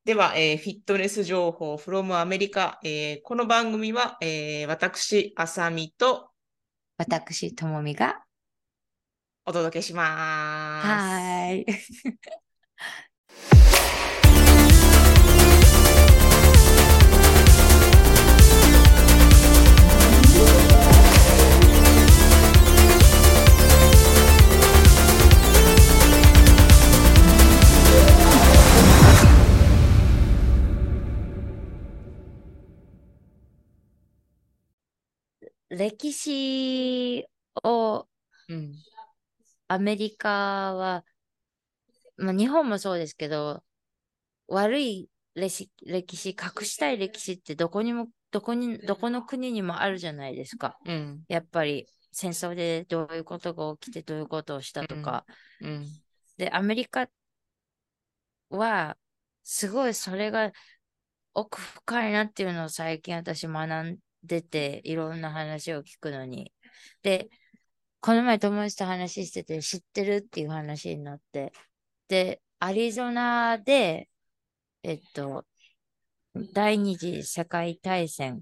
では、フィットネス情報 from アメリカ。この番組は、私、あさみと私、ともみが、 お届けします。 はーい。歴史をうん。 アメリカは、まあ、日本もそうですけど、悪い歴史、隠したい歴史ってどこにも、どこの国にもあるじゃないですか。 うん。 やっぱり戦争でどういうことが起きてどういうことをしたうん。 とか。 うん。 で、アメリカは、すごいそれが奥深いなっていうのを最近私学んでて、いろんな話を聞くのに。で、この前友達と話してて知ってるっていう話になって。で、アリゾナで、えっと、第二次世界大戦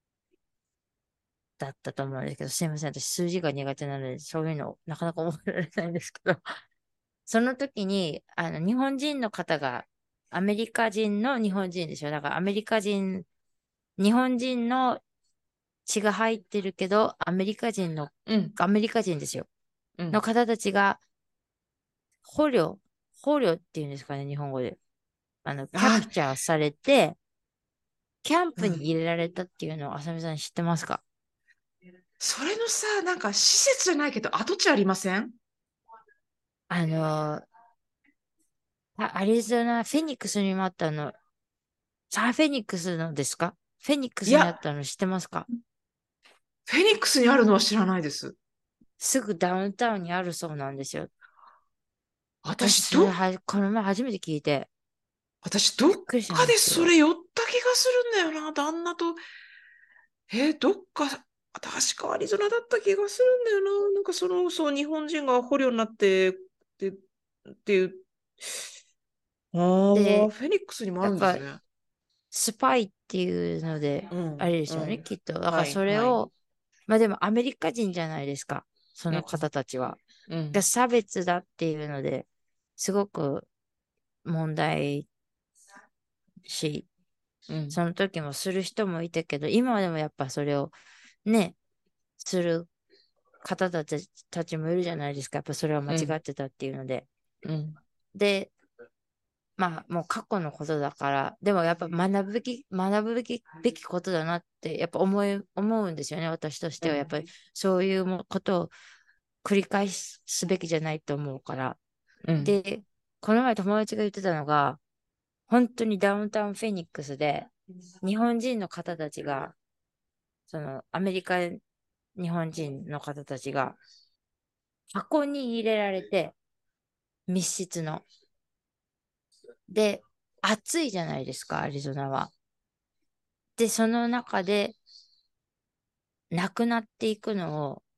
だったと思うんですけど、すいません。私数字が苦手なので、そういうのなかなか覚えられないんですけど、その時に、日本人の方が、アメリカ人の日本人でしょ。だからアメリカ人、日本人の血が入ってるけど、 うん。 アメリカ人ですよ。 うん。 の方たちが、捕虜、捕虜っていうんですかね、日本語で。キャプあ、 チャーされて、キャンプにうん。 入れられたっていうのを、あさみさん知ってますか？ それのさ、なんか施設じゃないけど跡地ありません？ あの、アリゾナ、フェニックスにもあったの、フェニックスのですか？フェニックスにあっいや、 たの知ってますか？ フェニックスにあるのは知らないです。 すぐダウンタウンにあるそうなんですよ。私、 私、 それは、この前初めて聞いて、 どっびっくりしたんかでですけど。 それ寄った気がするんだよな、旦那と。どっか、確かアリゾナだった気がするんだよな。なんかそう、日本人が捕虜になっていう。ああ、 で、 フェニックスにもあやっぱ、 るんですね。 スパイっていうので、 うん、 あれですよね、 うん。 きっと。だからはい、はい。 それを、まあでもアメリカ人じゃないですか。そのうん、 方たちは。がうん、 差別だっていうので、すごく問題し、 うん、 その時もする人もいたけど、今はでもやっぱそれをね、するたちもいるじゃないですか。やっぱそれは間うん、 違ってたっていうので。 うん、 で、まあもう過去のことだから、でもやっぱ学ぶべきことだなって、やっぱ思うんですよね。私としては。やっうん、 ぱりそういうことを繰り返すべきじゃないと思うから。 うん、 で、この前友達が言ってたのが、本当にダウンタウンフェニックスで、日本人の方たちが、そのアメリカ日本人の方たちが箱に入れられて、密室の。で、暑いじゃないですか、アリゾナは。で、その中で亡くなっていくのを、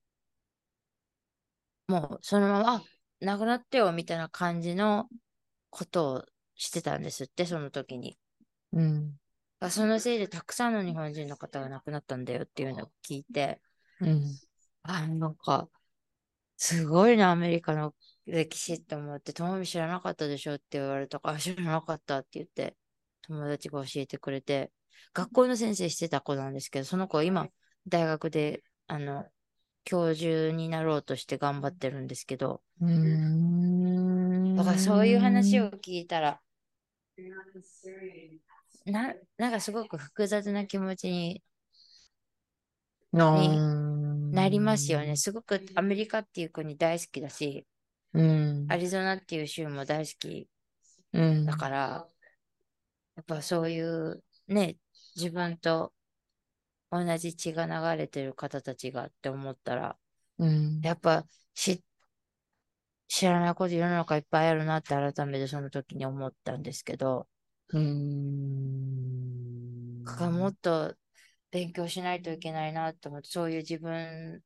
もうそのまま、あ、亡くなってよ、みたいな感じのことをしてたんですって、その時に。 うん、 そのせいでたくさんの日本人の方が亡くなったんだよっていうのを聞いて、 うん。 なんか、すごいな、アメリカの歴史って思って、友見知らなかったでしょって言われたから、あ、知らなかったって言って、友達が教えてくれて、学校の先生してた子なんですけど、その子は今、大学で、教授になろうとして頑張ってるんですけど、 うーだからそういう話ん。 を聞いたら、なんかすごく複雑な気持ちあになりますよね。 ー、 すごくアメリカっていう国大好きだし、 うん、 アリゾナっていう州も大好きうだかん、 ら、やっぱそういうね、自分と同じ血が流れてる方たちがって思ったら、 うん、 やっぱ知らないこと世の中いっぱいあるなって改めてその時に思ったんですけど、 うだからもん。 っと勉強しないといけないなと思って、そういう自分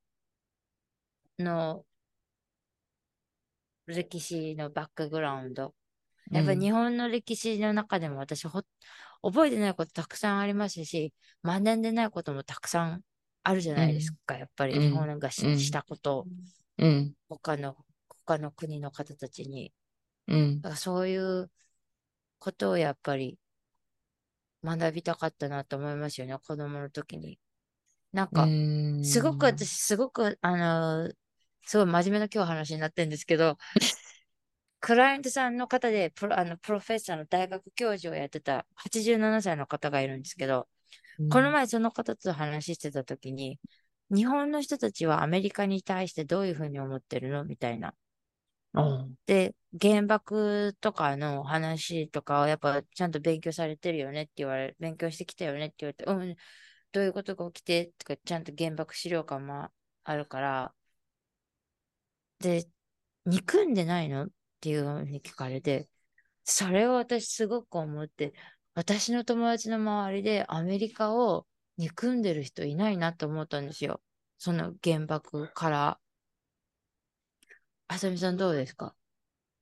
の歴史のバックグラウンド。 やっぱり日本の歴史の中でも私覚えてないことたくさんありますし、学んでないこともたくさんあるじゃないですか。やっぱり日本がしたこと他の、他の国の方たちに。だからそういうことをやっぱり学びたかったなと思いますよね、子供の時に。なんか、すごく、すごい真面目な今日話になってるんですけど、クライアントさんの方でプロフェッサーの大学教授をやってた87歳の方がいるんですけど、この前その方と話してた時に、日本の人たちはアメリカに対してどういうふうに思ってるのみたいな。で、原爆とかの話とかはやっぱちゃんと勉強されてるよねって言われ、勉強してきたよねって言われて、うん、どういうことが起きてとか、ちゃんと原爆資料館もあるから、で、憎んでないのっていうふうに聞かれて、それを私すごく思って、私の友達の周りでアメリカを憎んでる人いないなと思ったんですよ。その原爆から。あさみさんどうですか？